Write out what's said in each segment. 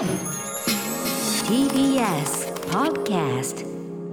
TBS Podcast。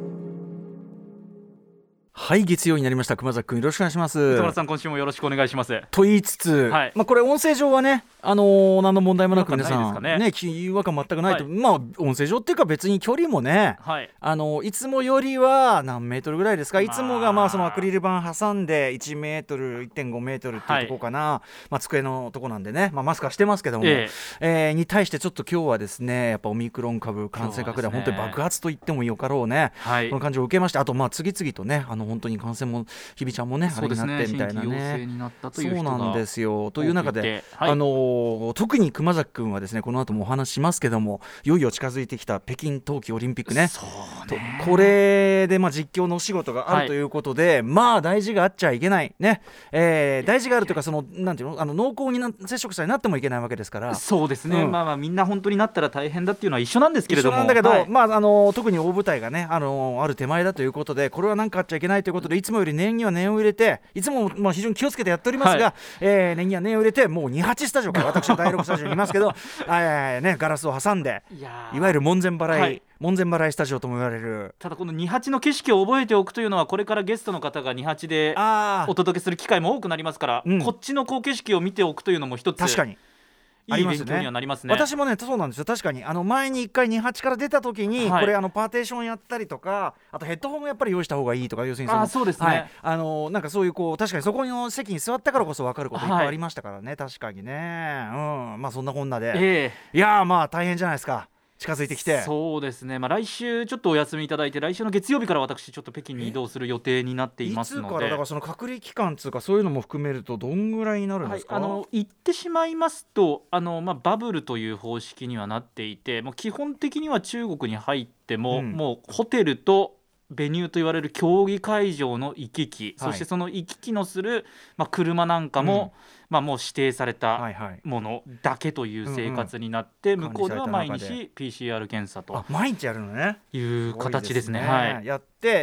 はい、月曜になりました。熊崎くん、よろしくお願いします。 歌丸さん、今週もよろしくお願いします。 と言いつつ、 はい、 これ音声上はね、何の問題もなく皆さん違和感全くないと、音声上っていうか別に距離もね、いつもよりは何メートルぐらいですか。いつもがそのアクリル板挟んで1メートル 1.5 メートルっていうところかな、机のとこなんでね、マスクはしてますけども、に対してちょっと今日はですね、やっぱオミクロン株感染拡大、本当に爆発と言ってもよかろうね、この感じを受けまして、あと次々とね、本当に感染も日々ちゃんもね、あれになってみたいなね、そうなんですよ。という中で、特に熊崎君はですね、この後もお話しますけども、いよいよ近づいてきた北京冬季オリンピックね、これで実況のお仕事があるということで、大事があっちゃいけないね、大事があるというか、なんていうの、濃厚に接触者になってもいけないわけですから。 そうですね、みんな本当になったら大変だっていうのは一緒なんですけれども、 一緒なんだけど、特に大舞台がね、ある手前だということで、これは何かあっちゃいけないということで、いつもより念には念を入れて、いつも非常に気をつけてやっておりますが、念には念を入れて、もう28スタジオから、私は第6スタジオにいますけどガラスを挟んで、いわゆる門前払いスタジオとも言われる。 ただこの28の景色を覚えておくというのは、これからゲストの方が28でお届けする機会も多くなりますから、こっちの景色を見ておくというのも一つ、確かにいい勉強にはなりますね。 私もね、そうなんですよ。確かに前に1回28から出た時に、これパーテーションやったりとか、あとヘッドホンもやっぱり用意した方がいいとか、要するにそうですね、 なんかそういう確かにそこの席に座ったからこそ分かることいっぱいありましたからね、確かにね、そんなこんなで、いや大変じゃないですか、近づいてきて。 そうですね、来週ちょっとお休みいただいて、来週の月曜日から私ちょっと北京に移動する予定になっていますので、 いつからだから、その隔離期間つうか、そういうのも含めるとどんぐらいになるんですか。 行ってしまいますと、バブルという方式にはなっていて、もう基本的には中国に入っても、もうホテルとベニューと言われる競技会場の行き来、そしてその行き来のする、車なんかも、もう指定されたものだけという生活になって、向こうでは毎日 PCR 検査と毎日やるのね、 いう形ですね。 やって、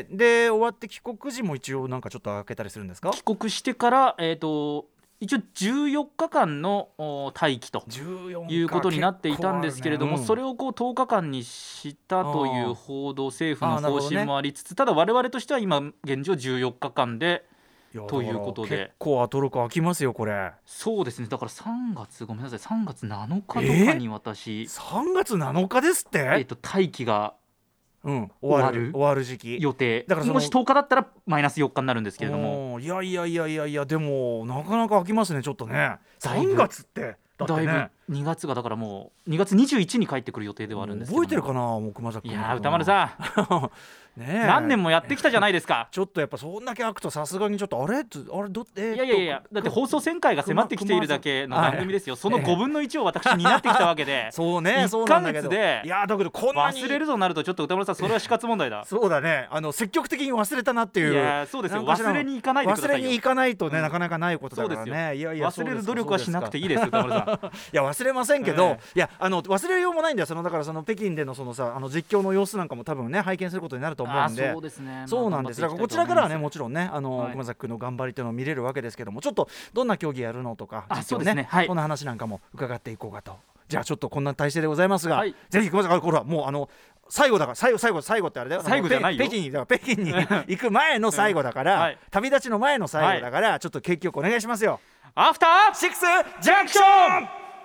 で終わって帰国時も一応なんかちょっと開けたりするんですか。 帰国してから、一応14日間の待機ということになっていたんですけれども、それを10日間にしたという報道、政府の方針もありつつ、ただ我々としては今現状14日間でということで、 結構アトロク空きますよこれ。 そうですね、だから3月7日とかに私、 3月7日ですって、 待機が終わる時期予定だから、もし10日だったらマイナス4日になるんですけれども、 いやでもなかなか空きますね、ちょっとね。3月ってだってね、 2月がだからもう2月21に帰ってくる予定ではあるんですけど、 覚えてるかな、もう熊崎君。 いや歌丸さん何年もやってきたじゃないですか。 ちょっとやっぱそんだけ空くとさすがにちょっといやだって放送1000回が迫ってきているだけの番組ですよ。その5分の1を私になってきたわけでそうね、 1ヶ月で、 いやだけどこんなに忘れるとなるとちょっと歌丸さん、それは死活問題だ。 そうだね、積極的に忘れたなっていう。 いやそうですよ、忘れに行かないでくださいよ。 忘れに行かないとね、なかなかないことだからね。 忘れる努力はしなくていいです歌丸さん。 いや忘れませんけど、いや忘れようもないんだよ。だからその北京での実況の様子なんかも多分ね拝見することになると思うんで。 そうですね、 そうなんです。だからこちらからはね、もちろんね、熊崎君の頑張りというのを見れるわけですけども、ちょっとどんな競技やるのとか、実況ね、そんな話なんかも伺っていこうかと。じゃあちょっとこんな体制でございますが、ぜひ熊崎君、これはもう最後だから、最後ってあれだよ、 最後じゃないよ、 北京に行く前の最後だから、旅立ちの前の最後だから、ちょっと結局お願いしますよ。 アフターシックスジャンクション。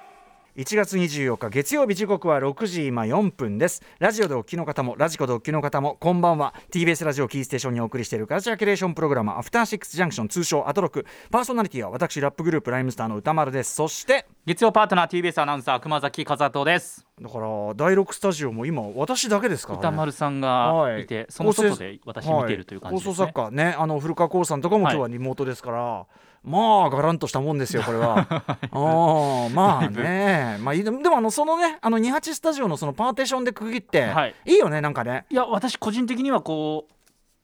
1月24日月曜日、時刻は6時今4分です。ラジオでお聞きの方もラジコでお聞きの方もこんばんは。 TBS ラジオキーステーションにお送りしているカルチャーキュレーションプログラム、アフターシックスジャンクション、通称アトロク。パーソナリティは私、ラップグループライムスターの歌丸です。そして月曜パートナー TBS アナウンサー熊崎和人です。 だから第6スタジオも今私だけですからね。 歌丸さんがいて、その外で私見ているという感じですね。 放送作家ね、古川光さんとかも今日はリモートですから、ガランとしたもんですよこれは。でもそのね、28スタジオのそのパーテーションで区切って、いいよね、なんかね。 いや私個人的には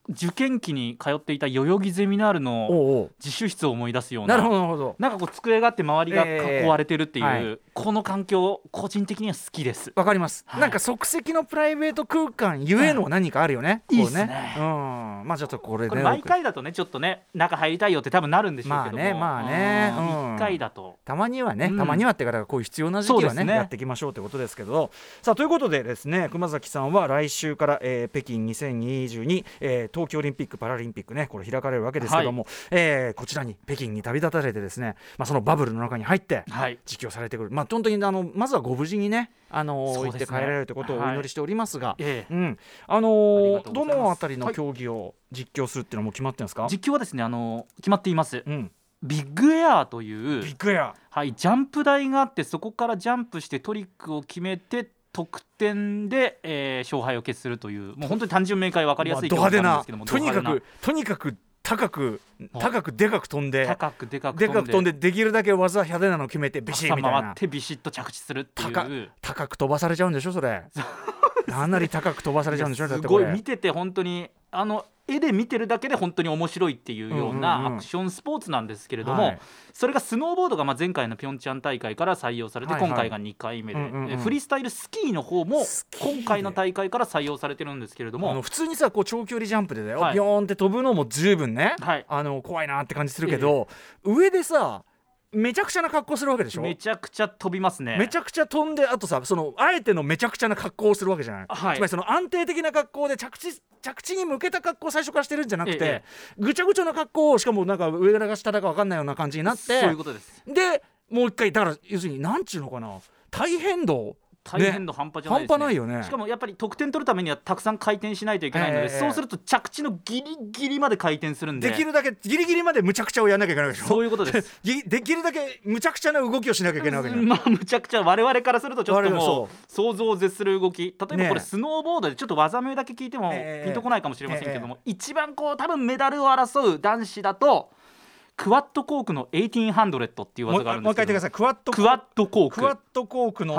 受験期に通っていた代々木ゼミナールの自習室を思い出すような、 なるほど、 なんかこう机があって周りが囲われてるっていう、この環境個人的には好きです。 わかります、なんか即席のプライベート空間ゆえの何かあるよね、 いいですね。 まあちょっとこれ毎回だとねちょっとね中入りたいよって多分なるんでしょうけども、 まあね、 1回だとたまにはね、たまにはって方がこういう必要な時期はねやっていきましょうということですけど、さあということでですね、熊崎さんは来週から、北京2022、東京オリンピックパラリンピックねこれ開かれるわけですけども、こちらに北京に旅立たれてですね、そのバブルの中に入って実況されてくる、本当にまずはご無事にね行って帰られるということをお祈りしておりますが、どのあたりの競技を実況するっていうのはもう決まってるんですか？ 実況はですね決まっています、ビッグエアーというジャンプ台があって、そこからジャンプしてトリックを決めて得点で、勝敗を決するという、もう本当に単純明快分かりやすい競技なんですけども、 とにかく高くでかく飛んでできるだけ技派手なの決めてビシッみたいな、 回ってビシッと着地するっていう、 高く飛ばされちゃうんでしょそれかなり高く飛ばされちゃうんでしょ。 すごい見てて本当に絵で見てるだけで本当に面白いっていうようなアクションスポーツなんですけれども、それがスノーボードが前回のピョンチャン大会から採用されて、今回が2回目で、フリースタイルスキーの方も今回の大会から採用されてるんですけれども、 普通にさこう長距離ジャンプでだよ、ビヨーンって飛ぶのも十分ね、怖いなって感じするけど、上でさめちゃくちゃな格好するわけでしょ。 めちゃくちゃ飛びますね。 めちゃくちゃ飛んで、あとさあえてのめちゃくちゃな格好をするわけじゃない、つまりその安定的な格好で着地に向けた格好を最初からしてるんじゃなくて、ぐちゃぐちゃな格好を、しかもなんか上が下だか分かんないような感じになって、 そういうことです。 でもう一回だから要するになんちゅうのかな、大変度半端じゃないですね。 半端ないよね。 しかもやっぱり得点取るためにはたくさん回転しないといけないので、そうすると着地のギリギリまで回転するんで、 できるだけギリギリまでむちゃくちゃをやらなきゃいけないわけでしょ。 そういうことですできるだけむちゃくちゃな動きをしなきゃいけないわけじゃない。 むちゃくちゃ我々からするとちょっともう想像を絶する動き、例えばこれスノーボードでちょっと技名だけ聞いてもピンとこないかもしれませんけども、一番こう多分メダルを争う男子だとクワッドコークの1800っていう技があるんですけど、もう一回言ってください。クワッドコークの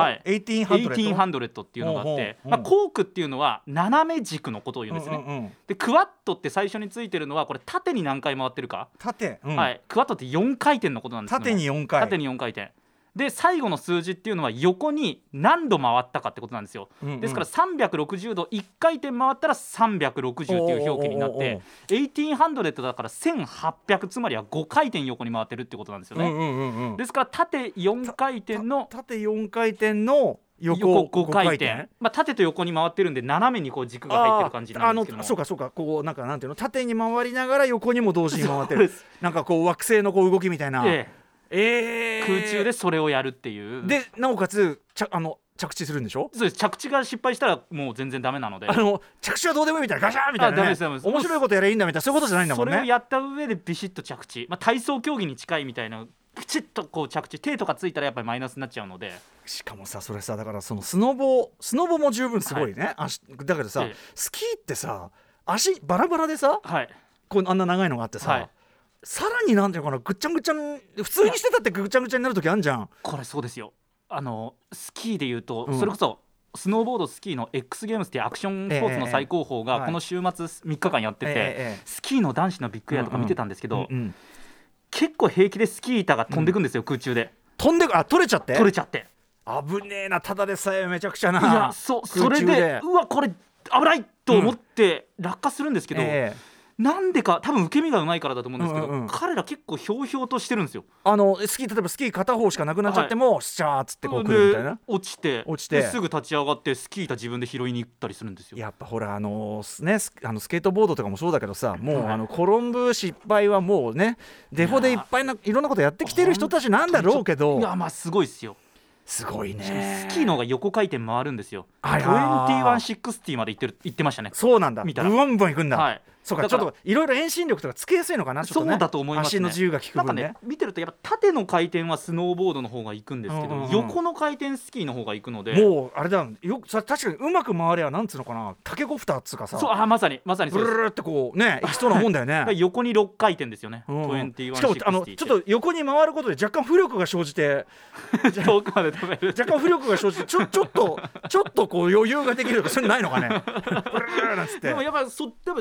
1800っていうのがあって、コークっていうのは斜め軸のことを言うんですね、でクワッドって最初についてるのはこれ縦に何回回ってるか、クワッドって4回転のことなんですけど、縦に4回転で、最後の数字っていうのは横に何度回ったかってことなんですよ、ですから360度1回転回ったら360っていう表記になって、1800だから1800、つまりは5回転横に回ってるってことなんですよね、ですから縦4回転の横5回転、縦と横に回ってるんで斜めにこう軸が入ってる感じなんですけども、 そうかこうなんていうの、縦に回りながら横にも同時に回ってるなんかこう惑星のこう動きみたいな、 空中でそれをやるっていう。 でなおかつ着地するんでしょ。 そうです。着地が失敗したらもう全然ダメなので、 着地はどうでもいいみたいな、ガシャーみたいな、ね、面白いことやればいいんだみたいな、そういうことじゃないんだもんね。 それをやった上でビシッと着地、体操競技に近いみたいな、きちっとこう着地、手とかついたらやっぱりマイナスになっちゃうので。 しかもさそれさだからそのスノボも十分すごいね、だけどさ、スキーってさ足バラバラでさ、こうあんな長いのがあってさ、さらになんていうかな、ぐっちゃぐちゃ普通にしてたってぐっちゃぐちゃになる時あるじゃん。 これそうですよ。スキーでいうと、それこそスノーボードスキーの X ゲームスっていうアクションスポーツの最高峰がこの週末3日間やってて、スキーの男子のビッグエアとか見てたんですけど、結構平気でスキー板が飛んでくんですよ、空中で飛んで取れちゃって危ねえな、ただでさえめちゃくちゃな。 いやそれでうわこれ危ないと思って落下するんですけど、なんでか多分受け身がうまいからだと思うんですけど、彼ら結構ひょうひょうとしてるんですよ。 例えばスキー片方しかなくなっちゃっても、シャーっつってこう来るみたいな、 落ちてすぐ立ち上がってスキー板自分で拾いに行ったりするんですよ。 やっぱほらスケートボードとかもそうだけどさ、もう転ぶ失敗はもうねデフォでいっぱいいろんなことやってきてる人たちなんだろうけど、 いやすごいっすよ。 すごいね。 スキーの方が横回転回るんですよ。2160まで行ってましたね。 そうなんだ。ブワンブワン行くんだ。そうか、ちょっといろいろ遠心力とかつけやすいのかな。 そうだと思いますね。 足の自由が利く分ね。 なんかね、見てるとやっぱ縦の回転はスノーボードの方が行くんですけど、横の回転スキーの方が行くので、 もうあれだよ、確かにうまく回ればなんつうのかな、タケコプターっつうかさ、 そうまさにそうです。 ブルルってこうね行きそうなもんだよね。 横に6回転ですよね。 しかもちょっと横に回ることで若干浮力が生じて遠くまで飛べる。 若干浮力が生じてちょっとこう余裕ができるとかそういうのないのかね。 でもやっぱスキーの方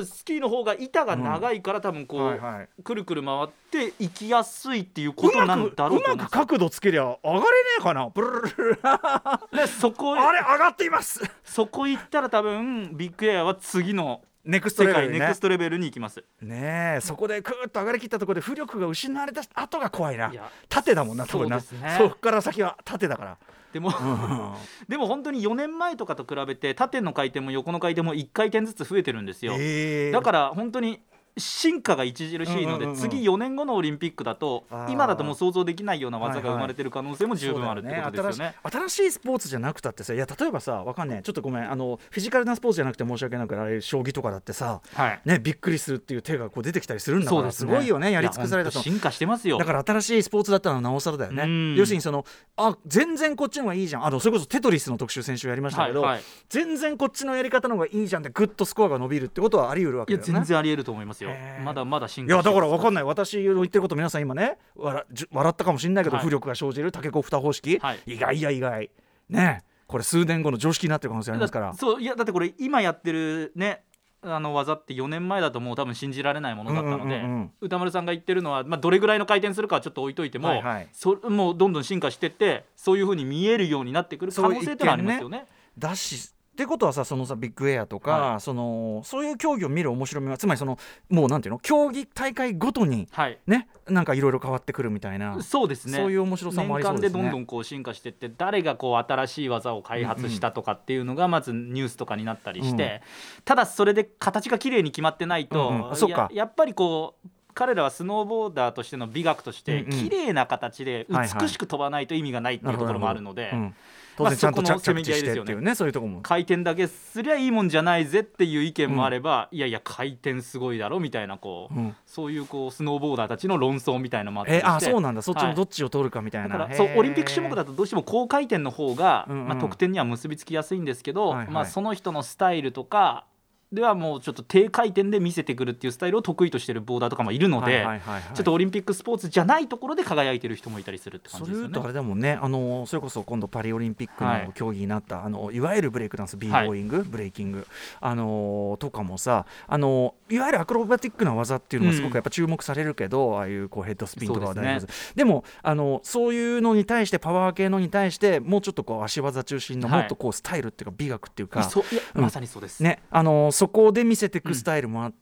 方が板が長いから多分こう、くるくる回って行きやすいっていうことなんだろうと思うんですよ。 うまく角度つけりゃ上がれねえかな。ブルルルルでそこあれ上がっています。 そこ行ったら多分ビッグエアは次のネクストレベルに、ね、 ネクストレベルに行きますね。そこでクーッと上がりきったところで浮力が失われた後が怖いな。縦だもんな、多分な。そこから先は縦だから。 でもでも本当に4年前とかと比べて縦の回転も横の回転も1回転ずつ増えてるんですよ。だから本当に進化が著しいので、次4年後のオリンピックだと今だともう想像できないような技が生まれてる可能性も十分あるってことですよね。 新しいスポーツじゃなくたってさ、いや例えばさ、わかんねえ、ちょっとごめん、フィジカルなスポーツじゃなくて申し訳ないから、あれ将棋とかだってさ、ね、びっくりするっていう手がこう出てきたりするんだから、すごいよね、やり尽くされたと。 進化してますよ。 だから新しいスポーツだったらなおさらだよね。要するに全然こっちの方がいいじゃん。それこそテトリスの特集先週やりましたけど、全然こっちのやり方の方がいいじゃんでグッとスコアが伸びるってことはあり得るわけだよね。 いや全然あり得ると思いますよ。まだまだいやだから分かんない、私の言ってること皆さん今ね笑ったかもしれないけど、浮力が生じるタケコプター方式、意外ね、これ数年後の常識になってる可能性ありますから。 そういやだってこれ今やってるね技って4年前だともう多分信じられないものだったので、歌丸さんが言ってるのは、どれぐらいの回転するかはちょっと置いといても、もうどんどん進化してってそういう風に見えるようになってくる可能性ってのはありますよね。 だしってことはさ、そのさビッグエアとか、そういう競技を見る面白みは、つまりもうなんていうの、競技大会ごとに、ね、なんかいろいろ変わってくるみたいな。 そうですね。 そういう面白さもありそうですね。 年間でどんどんこう進化していって、誰がこう新しい技を開発したとかっていうのがまずニュースとかになったりして、ただそれで形が綺麗に決まってないと、やっぱりこう彼らはスノーボーダーとしての美学として綺麗な形で美しく飛ばないと意味がないっていうところもあるので、 当然ちゃんと着地してっていうね、そういうところも回転だけすりゃいいもんじゃないぜっていう意見もあれば、いやいや回転すごいだろみたいなそういうスノーボーダーたちの論争みたいなのもあったりして、 そうなんだ、そっちのどっちを取るかみたいな。 だからオリンピック種目だとどうしても高回転の方が得点には結びつきやすいんですけど、その人のスタイルとかではもうちょっと低回転で見せてくるっていうスタイルを得意としているボーダーとかもいるので、ちょっとオリンピックスポーツじゃないところで輝いてる人もいたりするって感じですよね。 それ言うとあれだもんね、それこそ今度パリオリンピックの競技になった、いわゆるブレイクダンス、ビーボーイング、ブレイキング、とかもさ、いわゆるアクロバティックな技っていうのがすごくやっぱ注目されるけど、ああいうヘッドスピンとかは大丈夫です。でもそういうのに対して、パワー系のに対してもうちょっと足技中心のもっとスタイルっていうか美学っていうか、 まさにそうですね、そこで見せてスタイルもあって、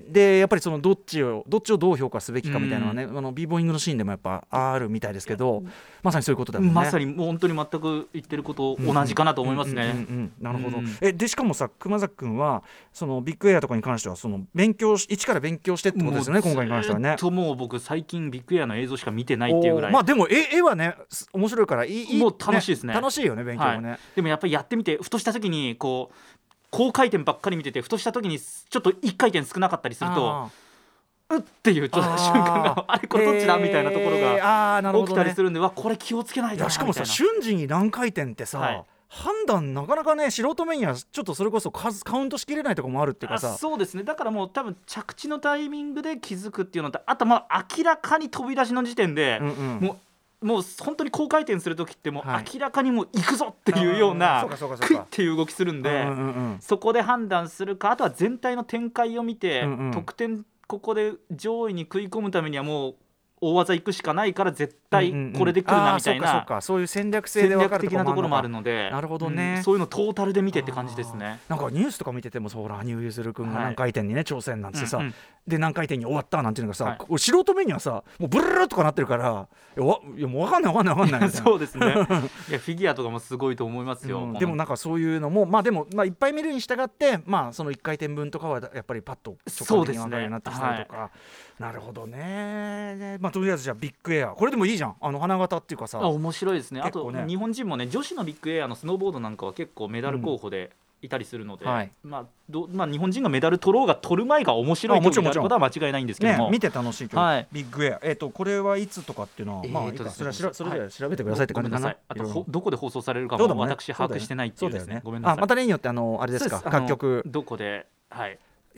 でやっぱりどっちをどう評価すべきかみたいなのはね、ビーボーイングのシーンでもやっぱあるみたいですけど、まさにそういうことだもんね。 まさにもう本当に全く言ってること同じかなと思いますね。 なるほど。でしかもさ、熊崎君はビッグエアとかに関しては一から勉強してってことですよね、今回に関してはね。 もう僕最近ビッグエアの映像しか見てないっていうぐらい。 でも絵はね面白いからもう楽しいですね。 楽しいよね、勉強もね。 でもやっぱりやってみて、ふとした時に高回転ばっかり見てて、ふとした時にちょっと1回転少なかったりすると、っていうちょっと瞬間があれこれどっちだみたいなところが起きたりするんで、これ気をつけないとなみたいな。 しかもさ、瞬時に何回転ってさ、判断なかなかね、素人目にはちょっとそれこそカウントしきれないところもあるっていうかさ。 そうですね。だからもう多分着地のタイミングで気づくっていうのと、あと明らかに飛び出しの時点で、もう本当に高回転する時ってもう明らかにもう行くぞっていうようなクイッっていう動きするんで、そこで判断するか、あとは全体の展開を見て、得点ここで上位に食い込むためにはもう大技行くしかないから絶対これで来るなみたいな、 そういう戦略性で分かる的なところもあるので、 なるほどね、 そういうのトータルで見てって感じですね。 なんかニュースとか見てても、羽生結弦君が何回転にね挑戦なんてさ、で何回転に終わったなんていうのがさ、素人目にはさもうブルルルとかなってるから、いやもう分かんないそうですね。いやフィギュアとかもすごいと思いますよ。 でもなんかそういうのもでもいっぱい見るに従って、その1回転分とかはやっぱりパッと直感的に分かるようになってきたりとか。なるほどね。とりあえずじゃあビッグエア、これでもいいじゃん、花形っていうかさ。 面白いですね。あと日本人もね、女子のビッグエアのスノーボードなんかは結構メダル候補でいたりするので、日本人がメダル取ろうが取る前が面白い競技であることは間違いないんですけども、 見て楽しい競技、ビッグエア、これはいつとかっていうのは、それでは調べてくださいって感じかな。 あとどこで放送されるかも私把握してないっていうですね。ごめんなさい。 また例によってあれですか、各局どこで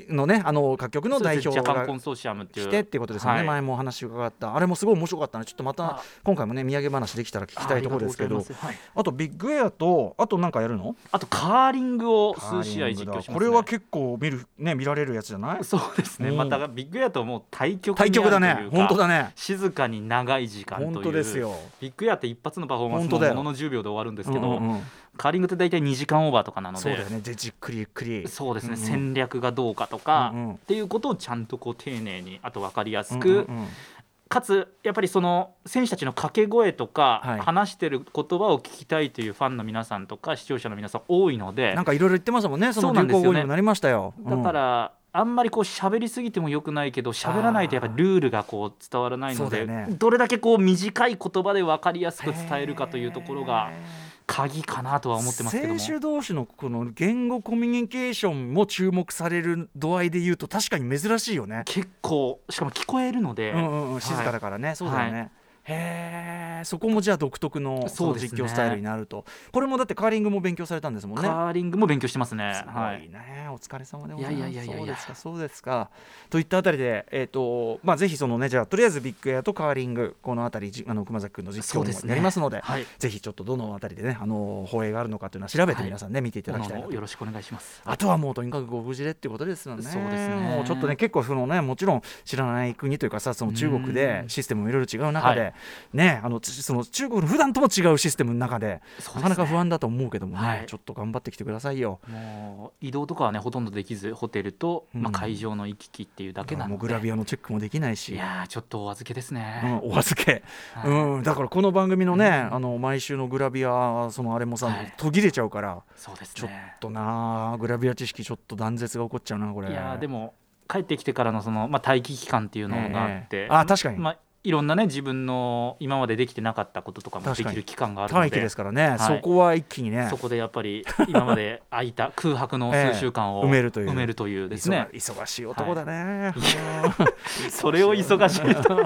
のね各局の代表がジャパンコンソーシアムっていう来てっていうことですよね、前もお話伺ったあれもすごい面白かったのでちょっとまた今回もね土産話できたら聞きたいところですけど、あとビッグエアとあと何かやるの？ あとカーリングを数試合実況しますね。 これは結構見られるやつじゃない？ そうですね、またビッグエアともう対局だね。本当だね。 静かに長い時間という。 本当ですよ。 ビッグエアって一発のパフォーマンスもものの10秒で終わるんですけど、カーリングって大体2時間オーバーとかなので、 そうだよね。じっくりゆっくり、 そうですね、戦略がどうかとか、っていうことをちゃんとこう丁寧に、あと分かりやすく、かつやっぱりその選手たちの掛け声とか、話してる言葉を聞きたいというファンの皆さんとか視聴者の皆さん多いので、 なんかいろいろ言ってますもんね。その流行語にもなりましたよ。 だからあんまりこう喋りすぎてもよくないけど、喋らないとやっぱりルールがこう伝わらないので、どれだけこう短い言葉で分かりやすく伝えるかというところが鍵かなとは思ってますけども、 選手同士のこの言語コミュニケーションも注目される度合いでいうと確かに珍しいよね。 結構しかも聞こえるので、 静かだからね。そうだよね。そこもじゃあ独特のその実況スタイルになると、これもだってカーリングも勉強されたんですもんね。 カーリングも勉強してますね。 すごいね、お疲れ様でございます。そうですかといったあたりで、ぜひそのね、じゃあとりあえずビッグエアとカーリングこのあたり熊崎君の実況もやりますので、ぜひちょっとどのあたりでね放映があるのかというのは調べて皆さんね、見ていただきたいなと。 よろしくお願いします。 あとはもうとにかくご無事でっていうことですよね。 そうですね。 もうちょっとね結構そのね、もちろん知らない国というかさ、その中国でシステムもいろいろ違う中でね、その中国の普段とも違うシステムの中でなかなか不安だと思うけどもね、ちょっと頑張ってきてくださいよ。 もう移動とかはねほとんどできず、ホテルと、会場の行き来っていうだけなので、 もうグラビアのチェックもできないし、 いやちょっとお預けですね。 お預け、だからこの番組のね、毎週のグラビアそのあれもさ、途切れちゃうから、 そうですね、 ちょっとなグラビア知識ちょっと断絶が起こっちゃうなこれ。 いやでも帰ってきてからのその、待機期間っていうのがあって、 確かに、 いろんなね自分の今までできてなかったこととかもできる期間があるので、 待機ですからね、そこは一気にね、 そこでやっぱり今まで空いた空白の数週間を埋めるというですね、 忙しい男だね、 それを忙し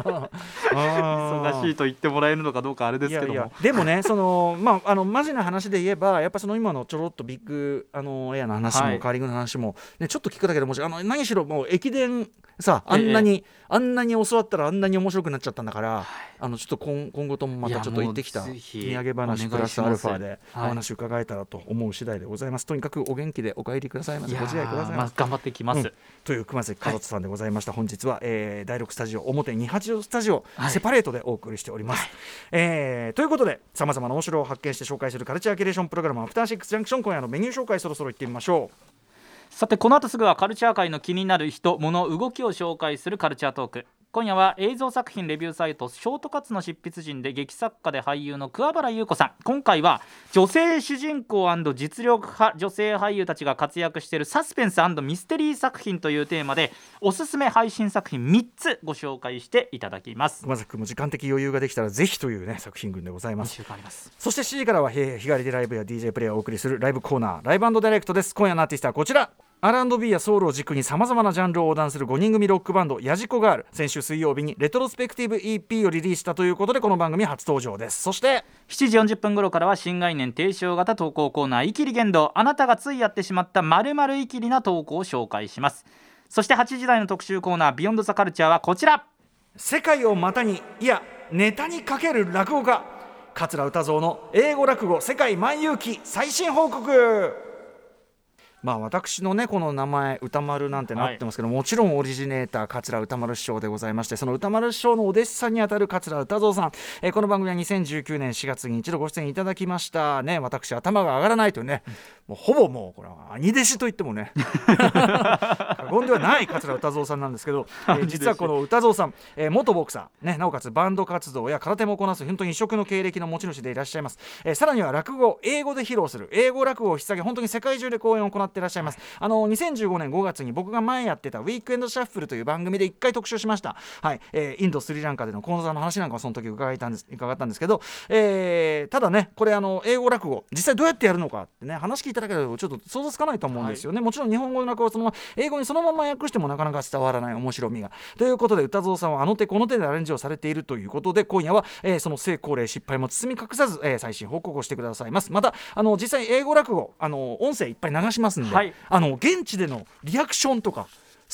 いと言ってもらえるのかどうかあれですけども、 でもねそのマジな話で言えばやっぱその今のちょろっとビッグエアの話も、カーリングの話も、ね、ちょっと聞くだけでもし何しろもう駅伝さ、あんなに教わったらあんなに面白くなっちゃったんだから、ちょっと今後ともまたちょっと行ってきた土産話プラスアルファでお話伺えたらと思う次第でございます。とにかくお元気でお帰りくださいませ。ご自愛くださいませ。 頑張ってきます、 という熊崎和人さんでございました。本日は、第6スタジオ表28スタジオ、セパレートでお送りしております、ということでさまざまな面白を発見して紹介するカルチャーキュレーションプログラムアフターシックスジャンクション、今夜のメニュー紹介そろそろ行ってみましょう。 さてこの後すぐはカルチャー界の気になる人物動きを紹介するカルチャートーク。今夜は映像作品レビューサイトショートカツの執筆人で劇作家で俳優の桑原優子さん、今回は女性主人公&実力派女性俳優たちが活躍しているサスペンス&ミステリー作品というテーマでおすすめ配信作品3つご紹介していただきます。 熊崎君も時間的余裕ができたらぜひという、ね、作品群でございます。 2週間あります。 そして7時からは日帰りでライブや DJ プレイをお送りするライブコーナーライブ&ダイレクトです。今夜のアーティストはこちら。R&B やソウルを軸にさまざまなジャンルを横断する5人組ロックバンドヤジコガール、先週水曜日にレトロスペクティブ EP をリリースしたということでこの番組初登場です。そして 7時40分頃からは新概念提唱型投稿コーナーイキリ言動、あなたがついやってしまった〇〇イキリな投稿を紹介します。そして8時台の特集コーナービヨンドザカルチャーはこちら。 世界を股にいやネタにかける落語家桂歌蔵の英語落語世界万有記最新報告。私のねこの名前歌丸なんてなってますけど、もちろんオリジネーター桂歌丸師匠でございまして、その歌丸師匠のお弟子さんにあたる桂歌蔵さん、この番組は2019年4月に一度ご出演いただきましたね。私頭が上がらないというね、もうほぼもうこれは兄弟子と言ってもね過言ではない桂歌蔵さんなんですけど、実はこの歌蔵さん、元ボクサー、ね、なおかつバンド活動や空手もこなす本当に異色の経歴の持ち主でいらっしゃいます。さらには落語英語で披露する英語落語を引っ提げ本当に世界中で公演を行っていらっしゃいます。2015年5月に僕が前やってたウィークエンドシャッフルという番組で1回特集しました、インドスリランカでの講座の話なんかをその時伺ったんですけど、ただねこれ英語落語実際どうやってやるのかってね話聞いただけだとちょっと想像つかないと思うんですよね、もちろん日本語の落語をそのまま英語にそのまま訳してもなかなか伝わらない面白みがということで、歌蔵さんはあの手この手でアレンジをされているということで今夜は、その成功例失敗も包み隠さず、最新報告をしてくださいます。また実際英語落語音声いっぱい流しますんで、現地でのリアクションとか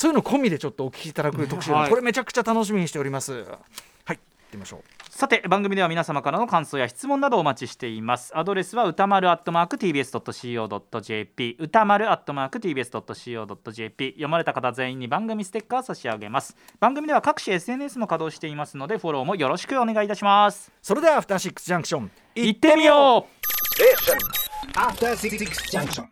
そういうの込みでちょっとお聞きいただく特集、はい、これめちゃくちゃ楽しみにしております。はい、行ってみましょう。 さて番組では皆様からの感想や質問などお待ちしています。アドレスは歌丸@tbs.co.jp 歌丸@tbs.co.jp 読まれた方全員に番組ステッカー差し上げます。番組では各種 SNS も稼働していますのでフォローもよろしくお願いいたします。 それではアフターシックスジャンクション行ってみよう。 After 66 junction.